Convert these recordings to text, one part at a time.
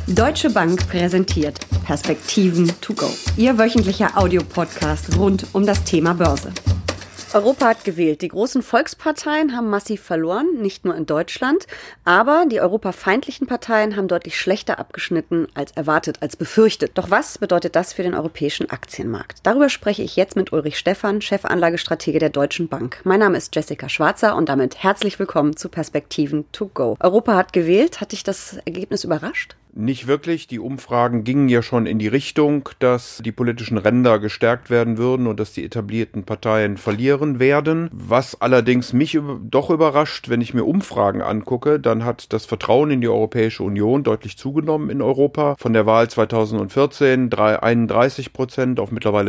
Deutsche Bank präsentiert Perspektiven to go. Ihr wöchentlicher Audiopodcast rund um das Thema Börse. Europa hat gewählt. Die großen Volksparteien haben massiv verloren, nicht nur in Deutschland. Aber die europafeindlichen Parteien haben deutlich schlechter abgeschnitten als erwartet, als befürchtet. Doch was bedeutet das für den europäischen Aktienmarkt? Darüber spreche ich jetzt mit Ulrich Stephan, Chefanlagestratege der Deutschen Bank. Mein Name ist Jessica Schwarzer und damit herzlich willkommen zu Perspektiven to go. Europa hat gewählt. Hat dich das Ergebnis überrascht? Nicht wirklich. Die Umfragen gingen ja schon in die Richtung, dass die politischen Ränder gestärkt werden würden und dass die etablierten Parteien verlieren werden. Was allerdings mich doch überrascht, wenn ich mir Umfragen angucke, dann hat das Vertrauen in die Europäische Union deutlich zugenommen in Europa. Von der Wahl 2014 31% auf mittlerweile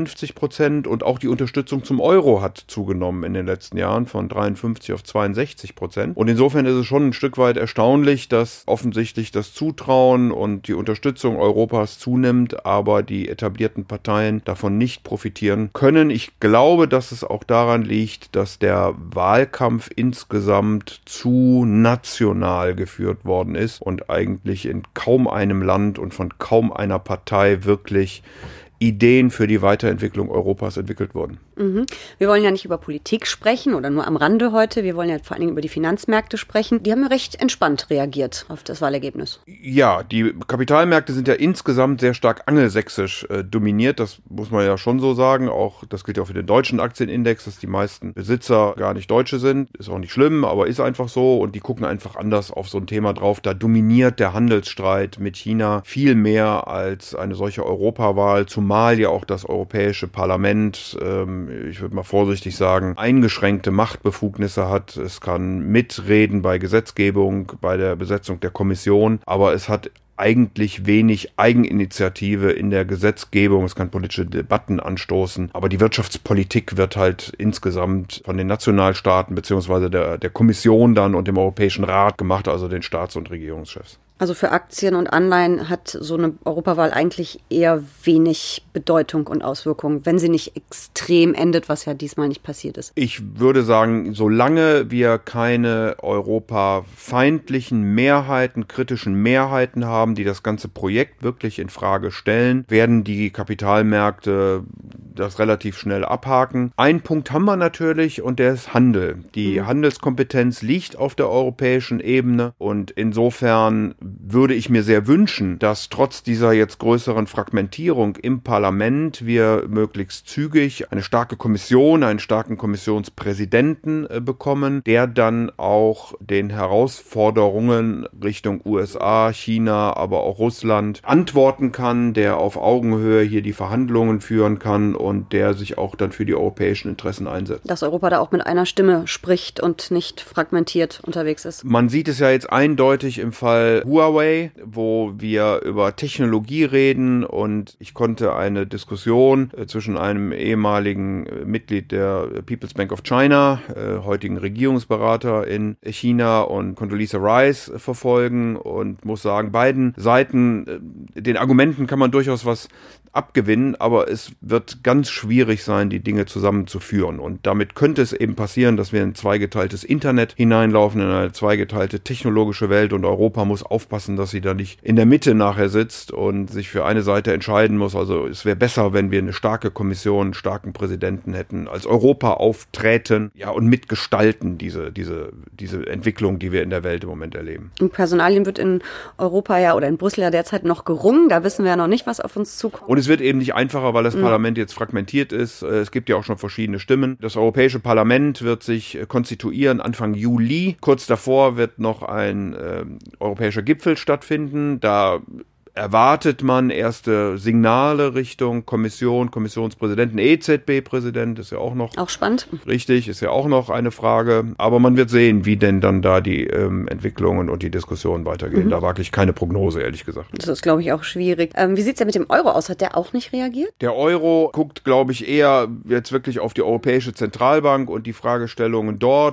53% und auch die Unterstützung zum Euro hat zugenommen in den letzten Jahren von 53 auf 62%. Und insofern ist es schon ein Stück weit erstaunlich, dass offensichtlich das Zutrauen und die Unterstützung Europas zunimmt, aber die etablierten Parteien davon nicht profitieren können. Ich glaube, dass es auch daran liegt, dass der Wahlkampf insgesamt zu national geführt worden ist und eigentlich in kaum einem Land und von kaum einer Partei wirklich Ideen für die Weiterentwicklung Europas entwickelt wurden. Wir wollen ja nicht über Politik sprechen oder nur am Rande heute. Wir wollen ja vor allen Dingen über die Finanzmärkte sprechen. Die haben ja recht entspannt reagiert auf das Wahlergebnis. Ja, die Kapitalmärkte sind ja insgesamt sehr stark angelsächsisch dominiert. Das muss man ja schon so sagen. Auch das gilt ja auch für den deutschen Aktienindex, dass die meisten Besitzer gar nicht Deutsche sind. Ist auch nicht schlimm, aber ist einfach so. Und die gucken einfach anders auf so ein Thema drauf. Da dominiert der Handelsstreit mit China viel mehr als eine solche Europawahl, zumal ja auch das Europäische Parlament, ich würde mal vorsichtig sagen, eingeschränkte Machtbefugnisse hat. Es kann mitreden bei Gesetzgebung, bei der Besetzung der Kommission, aber es hat eigentlich wenig Eigeninitiative in der Gesetzgebung. Es kann politische Debatten anstoßen, aber die Wirtschaftspolitik wird halt insgesamt von den Nationalstaaten beziehungsweise der Kommission dann und dem Europäischen Rat gemacht, also den Staats- und Regierungschefs. Also für Aktien und Anleihen hat so eine Europawahl eigentlich eher wenig Bedeutung und Auswirkungen, wenn sie nicht extrem endet, was ja diesmal nicht passiert ist. Ich würde sagen, solange wir keine europafeindlichen Mehrheiten, kritischen Mehrheiten haben, die das ganze Projekt wirklich in Frage stellen, werden die Kapitalmärkte das relativ schnell abhaken. Einen Punkt haben wir natürlich und der ist Handel. Die Handelskompetenz liegt auf der europäischen Ebene und insofern würde ich mir sehr wünschen, dass trotz dieser jetzt größeren Fragmentierung im Parlament wir möglichst zügig eine starke Kommission, einen starken Kommissionspräsidenten bekommen, der dann auch den Herausforderungen Richtung USA, China, aber auch Russland antworten kann, der auf Augenhöhe hier die Verhandlungen führen kann und der sich auch dann für die europäischen Interessen einsetzt. Dass Europa da auch mit einer Stimme spricht und nicht fragmentiert unterwegs ist. Man sieht es ja jetzt eindeutig im Fall Huawei, wo wir über Technologie reden und ich konnte eine Diskussion zwischen einem ehemaligen Mitglied der People's Bank of China, heutigen Regierungsberater in China und Condoleezza Rice verfolgen und muss sagen, beiden Seiten, den Argumenten kann man durchaus was abgewinnen, aber es wird ganz schwierig sein, die Dinge zusammenzuführen. Und damit könnte es eben passieren, dass wir in ein zweigeteiltes Internet hineinlaufen, in eine zweigeteilte technologische Welt und Europa muss aufpassen, dass sie da nicht in der Mitte nachher sitzt und sich für eine Seite entscheiden muss. Also es wäre besser, wenn wir eine starke Kommission, einen starken Präsidenten hätten, als Europa auftreten, ja, und mitgestalten diese Entwicklung, die wir in der Welt im Moment erleben. Im Personalien wird in Europa ja oder in Brüssel ja derzeit noch gerungen. Da wissen wir ja noch nicht, was auf uns zukommt. Und es wird eben nicht einfacher, weil das Parlament jetzt fragmentiert ist. Es gibt ja auch schon verschiedene Stimmen. Das Europäische Parlament wird sich konstituieren Anfang Juli. Kurz davor wird noch ein europäischer Gipfel stattfinden. Da erwartet man erste Signale Richtung Kommission, Kommissionspräsidenten, EZB-Präsident, ist ja auch noch. Auch spannend. Richtig, ist ja auch noch eine Frage. Aber man wird sehen, wie denn dann da die Entwicklungen und die Diskussionen weitergehen. Da wage ich keine Prognose, ehrlich gesagt. Das ist, glaube ich, auch schwierig. Wie sieht es ja mit dem Euro aus? Hat der auch nicht reagiert? Der Euro guckt, glaube ich, eher jetzt wirklich auf die Europäische Zentralbank und die Fragestellungen dort. Ich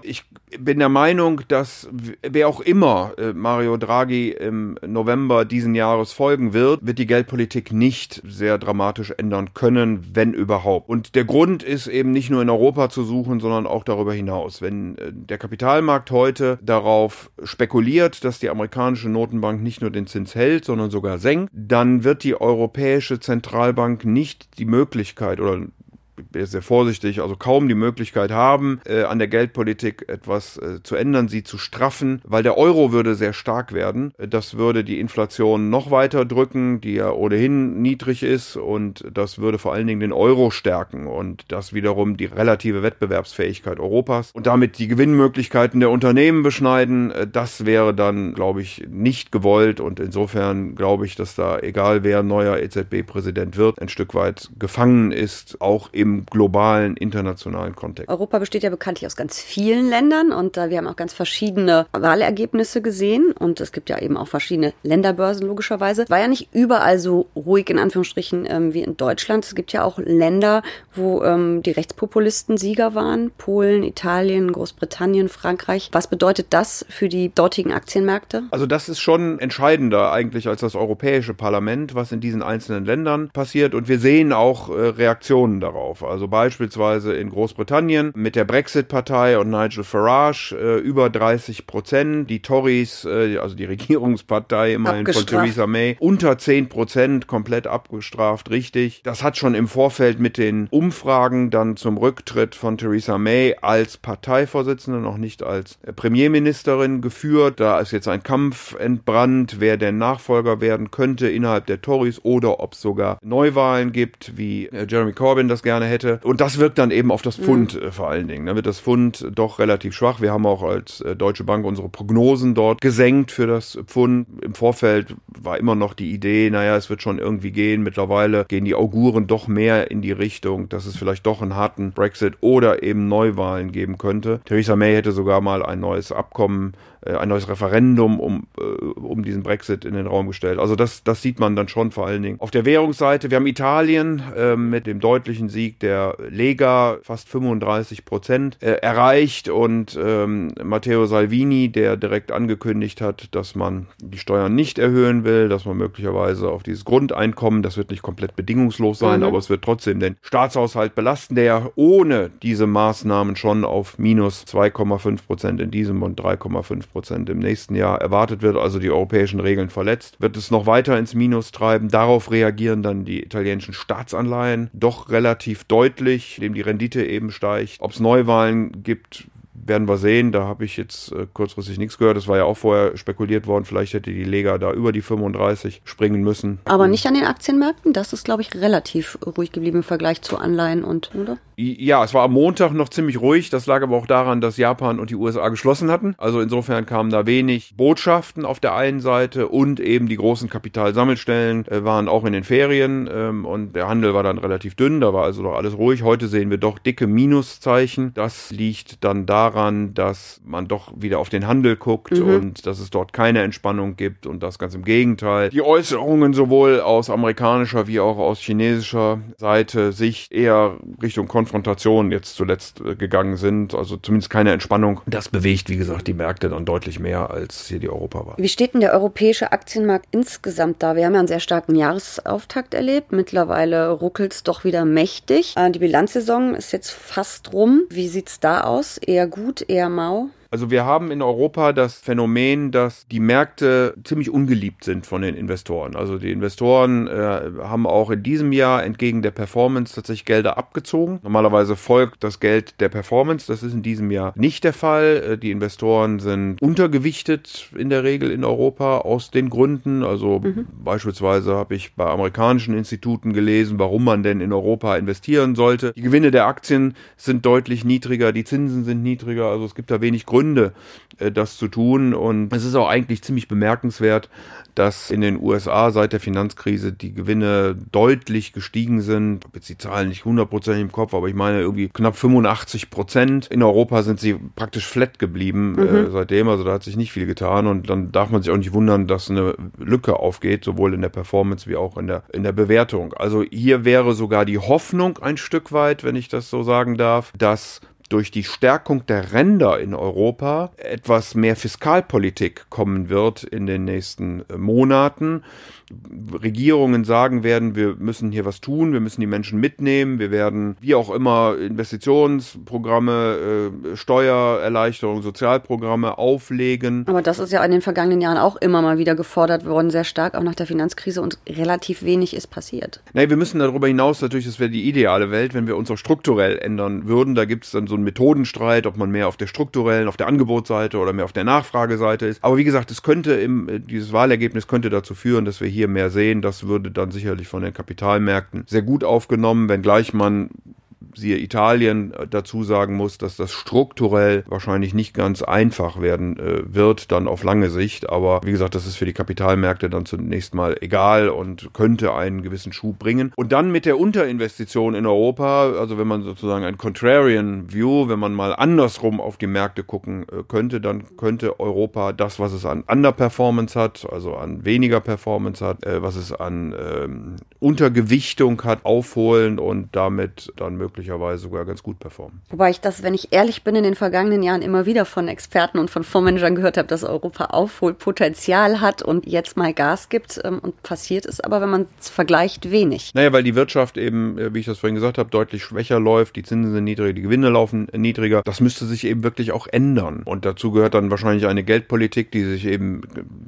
bin der Meinung, dass wer auch immer Mario Draghi im November diesen Jahres folgen wird die Geldpolitik nicht sehr dramatisch ändern können, wenn überhaupt. Und der Grund ist eben nicht nur in Europa zu suchen, sondern auch darüber hinaus. Wenn der Kapitalmarkt heute darauf spekuliert, dass die amerikanische Notenbank nicht nur den Zins hält, sondern sogar senkt, dann wird die Europäische Zentralbank nicht die Möglichkeit oder ich bin sehr vorsichtig, also kaum die Möglichkeit haben, an der Geldpolitik etwas zu ändern, sie zu straffen, weil der Euro würde sehr stark werden. Das würde die Inflation noch weiter drücken, die ja ohnehin niedrig ist, und das würde vor allen Dingen den Euro stärken und das wiederum die relative Wettbewerbsfähigkeit Europas und damit die Gewinnmöglichkeiten der Unternehmen beschneiden. Das wäre dann, glaube ich, nicht gewollt, und insofern glaube ich, dass da, egal wer neuer EZB-Präsident wird, ein Stück weit gefangen ist, auch im globalen, internationalen Kontext. Europa besteht ja bekanntlich aus ganz vielen Ländern, und wir haben auch ganz verschiedene Wahlergebnisse gesehen, und es gibt ja eben auch verschiedene Länderbörsen logischerweise. War ja nicht überall so ruhig in Anführungsstrichen wie in Deutschland. Es gibt ja auch Länder, wo die Rechtspopulisten Sieger waren. Polen, Italien, Großbritannien, Frankreich. Was bedeutet das für die dortigen Aktienmärkte? Also das ist schon entscheidender eigentlich als das Europäische Parlament, was in diesen einzelnen Ländern passiert, und wir sehen auch Reaktionen darauf. Also beispielsweise in Großbritannien mit der Brexit-Partei und Nigel Farage über 30%, die Tories, also die Regierungspartei immerhin von Theresa May, unter 10%, komplett abgestraft, richtig. Das hat schon im Vorfeld mit den Umfragen dann zum Rücktritt von Theresa May als Parteivorsitzende, noch nicht als Premierministerin geführt. Da ist jetzt ein Kampf entbrannt, wer der Nachfolger werden könnte innerhalb der Tories oder ob es sogar Neuwahlen gibt, wie Jeremy Corbyn das gerne hätte. Und das wirkt dann eben auf das Pfund vor allen Dingen. Da wird das Pfund doch relativ schwach. Wir haben auch als Deutsche Bank unsere Prognosen dort gesenkt für das Pfund. Im Vorfeld war immer noch die Idee, naja, es wird schon irgendwie gehen. Mittlerweile gehen die Auguren doch mehr in die Richtung, dass es vielleicht doch einen harten Brexit oder eben Neuwahlen geben könnte. Theresa May hätte sogar mal ein neues Abkommen, ein neues Referendum um diesen Brexit in den Raum gestellt. Also das sieht man dann schon vor allen Dingen. Auf der Währungsseite, wir haben Italien mit dem deutlichen Sieg der Lega, fast 35% erreicht, und Matteo Salvini, der direkt angekündigt hat, dass man die Steuern nicht erhöhen will, dass man möglicherweise auf dieses Grundeinkommen, das wird nicht komplett bedingungslos sein, aber es wird trotzdem den Staatshaushalt belasten, der ja ohne diese Maßnahmen schon auf minus 2,5% in diesem und 3,5% im nächsten Jahr erwartet wird, also die europäischen Regeln verletzt, wird es noch weiter ins Minus treiben. Darauf reagieren dann die italienischen Staatsanleihen doch relativ deutlich, indem die Rendite eben steigt. Ob es Neuwahlen gibt, werden wir sehen. Da habe ich jetzt kurzfristig nichts gehört. Es war ja auch vorher spekuliert worden, vielleicht hätte die Lega da über die 35 springen müssen. Aber nicht an den Aktienmärkten? Das ist, glaube ich, relativ ruhig geblieben im Vergleich zu Anleihen oder? Ja, es war am Montag noch ziemlich ruhig. Das lag aber auch daran, dass Japan und die USA geschlossen hatten. Also insofern kamen da wenig Botschaften auf der einen Seite, und eben die großen Kapitalsammelstellen waren auch in den Ferien, und der Handel war dann relativ dünn. Da war also doch alles ruhig. Heute sehen wir doch dicke Minuszeichen. Das liegt dann daran, dass man doch wieder auf den Handel guckt und dass es dort keine Entspannung gibt, und das ganz im Gegenteil. Die Äußerungen sowohl aus amerikanischer wie auch aus chinesischer Seite sich eher Richtung Konfrontation jetzt zuletzt gegangen sind, also zumindest keine Entspannung. Das bewegt, wie gesagt, die Märkte dann deutlich mehr, als hier die Europa war. Wie steht denn der europäische Aktienmarkt insgesamt da? Wir haben ja einen sehr starken Jahresauftakt erlebt. Mittlerweile ruckelt es doch wieder mächtig. Die Bilanzsaison ist jetzt fast rum. Wie sieht's da aus? Eher gut, eher mau? Also wir haben in Europa das Phänomen, dass die Märkte ziemlich ungeliebt sind von den Investoren. Also die Investoren haben auch in diesem Jahr entgegen der Performance tatsächlich Gelder abgezogen. Normalerweise folgt das Geld der Performance. Das ist in diesem Jahr nicht der Fall. Die Investoren sind untergewichtet in der Regel in Europa aus den Gründen. Also beispielsweise habe ich bei amerikanischen Instituten gelesen, warum man denn in Europa investieren sollte. Die Gewinne der Aktien sind deutlich niedriger, die Zinsen sind niedriger. Also es gibt da wenig Gründe, das zu tun, und es ist auch eigentlich ziemlich bemerkenswert, dass in den USA seit der Finanzkrise die Gewinne deutlich gestiegen sind. Ich habe jetzt die Zahlen nicht 100% im Kopf, aber ich meine irgendwie knapp 85%. In Europa sind sie praktisch flat geblieben seitdem, also da hat sich nicht viel getan, und dann darf man sich auch nicht wundern, dass eine Lücke aufgeht, sowohl in der Performance wie auch in der Bewertung. Also hier wäre sogar die Hoffnung ein Stück weit, wenn ich das so sagen darf, dass durch die Stärkung der Ränder in Europa etwas mehr Fiskalpolitik kommen wird in den nächsten Monaten. Regierungen sagen werden, wir müssen hier was tun, wir müssen die Menschen mitnehmen, wir werden wie auch immer Investitionsprogramme, Steuererleichterungen, Sozialprogramme auflegen. Aber das ist ja in den vergangenen Jahren auch immer mal wieder gefordert worden, sehr stark, auch nach der Finanzkrise, und relativ wenig ist passiert. Nein, wir müssen darüber hinaus natürlich, das wäre die ideale Welt, wenn wir uns auch strukturell ändern würden. Da gibt es dann so einen Methodenstreit, ob man mehr auf der strukturellen, auf der Angebotsseite oder mehr auf der Nachfrageseite ist. Aber wie gesagt, es könnte dieses Wahlergebnis könnte dazu führen, dass wir hier mehr sehen. Das würde dann sicherlich von den Kapitalmärkten sehr gut aufgenommen, wenngleich man, siehe Italien, dazu sagen muss, dass das strukturell wahrscheinlich nicht ganz einfach werden wird, dann auf lange Sicht. Aber wie gesagt, das ist für die Kapitalmärkte dann zunächst mal egal und könnte einen gewissen Schub bringen. Und dann mit der Unterinvestition in Europa, also wenn man sozusagen ein Contrarian View, wenn man mal andersrum auf die Märkte gucken könnte, dann könnte Europa das, was es an Underperformance hat, also an weniger Performance hat, was es an Untergewichtung hat, aufholen und damit dann möglicherweise sogar ganz gut performen. Wobei ich das, wenn ich ehrlich bin, in den vergangenen Jahren immer wieder von Experten und von Fondsmanagern gehört habe, dass Europa Aufholpotenzial hat und jetzt mal Gas gibt, und passiert ist aber, wenn man es vergleicht, wenig. Naja, weil die Wirtschaft eben, wie ich das vorhin gesagt habe, deutlich schwächer läuft, die Zinsen sind niedriger, die Gewinne laufen niedriger. Das müsste sich eben wirklich auch ändern. Und dazu gehört dann wahrscheinlich eine Geldpolitik, die eben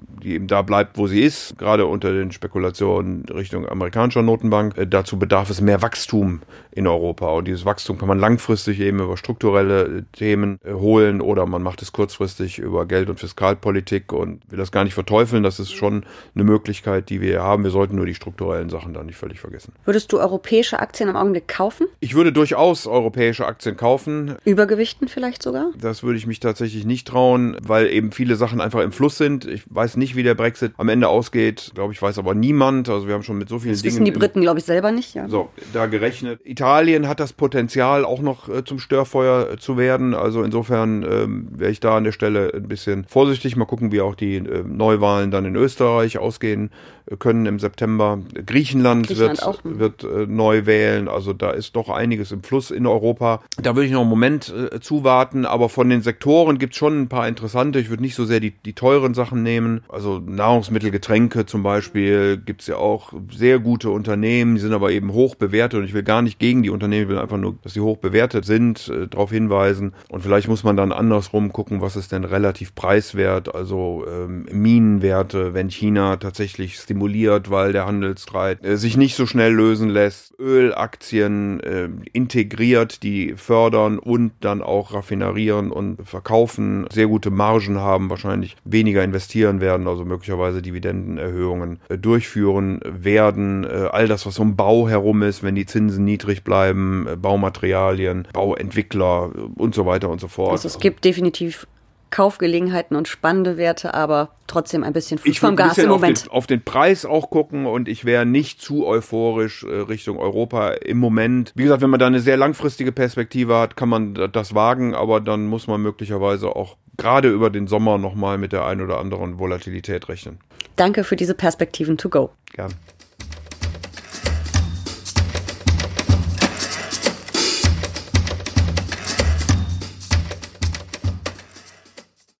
da bleibt, wo sie ist, gerade unter den Spekulationen Richtung amerikanischer Notenbank. Dazu bedarf es mehr Wachstum in Europa. Und dieses Wachstum kann man langfristig eben über strukturelle Themen holen oder man macht es kurzfristig über Geld- und Fiskalpolitik und will das gar nicht verteufeln. Das ist schon eine Möglichkeit, die wir haben. Wir sollten nur die strukturellen Sachen da nicht völlig vergessen. Würdest du europäische Aktien im Augenblick kaufen? Ich würde durchaus europäische Aktien kaufen. Übergewichten vielleicht sogar? Das würde ich mich tatsächlich nicht trauen, weil eben viele Sachen einfach im Fluss sind. Ich weiß nicht, wie der Brexit am Ende ausgeht. Glaube ich, weiß aber niemand. Also wir haben schon mit so vielen Dingen... Das wissen die Briten, glaube ich, selber nicht. Ja. So, da gerechnet. Italien hat das Potenzial, auch noch zum Störfeuer zu werden. Also insofern wäre ich da an der Stelle ein bisschen vorsichtig. Mal gucken, wie auch die Neuwahlen dann in Österreich ausgehen können im September. Griechenland wird neu wählen. Also da ist doch einiges im Fluss in Europa. Da würde ich noch einen Moment zuwarten. Aber von den Sektoren gibt es schon ein paar interessante. Ich würde nicht so sehr die teuren Sachen nehmen. Also Nahrungsmittel, Getränke zum Beispiel gibt es ja auch sehr gute Unternehmen. Die sind aber eben hoch bewertet. Und ich will gar nicht gegen die Unternehmen, ich will einfach nur, dass sie hoch bewertet sind, darauf hinweisen. Und vielleicht muss man dann andersrum gucken, was ist denn relativ preiswert. Also Minenwerte, wenn China tatsächlich stimuliert, weil der Handelsstreit sich nicht so schnell lösen lässt. Ölaktien integriert, die fördern und dann auch raffinerieren und verkaufen, sehr gute Margen haben, wahrscheinlich weniger investieren werden, also möglicherweise Dividendenerhöhungen durchführen werden. All das, was um Bau herum ist, wenn die Zinsen niedrig bleiben, Baumaterialien, Bauentwickler und so weiter und so fort. Also es gibt definitiv Kaufgelegenheiten und spannende Werte, aber trotzdem ein bisschen Fuß vom Gas im Moment. Auf den Preis auch gucken und ich wäre nicht zu euphorisch Richtung Europa im Moment. Wie gesagt, wenn man da eine sehr langfristige Perspektive hat, kann man das wagen, aber dann muss man möglicherweise auch gerade über den Sommer nochmal mit der ein oder anderen Volatilität rechnen. Danke für diese Perspektiven to go. Gern.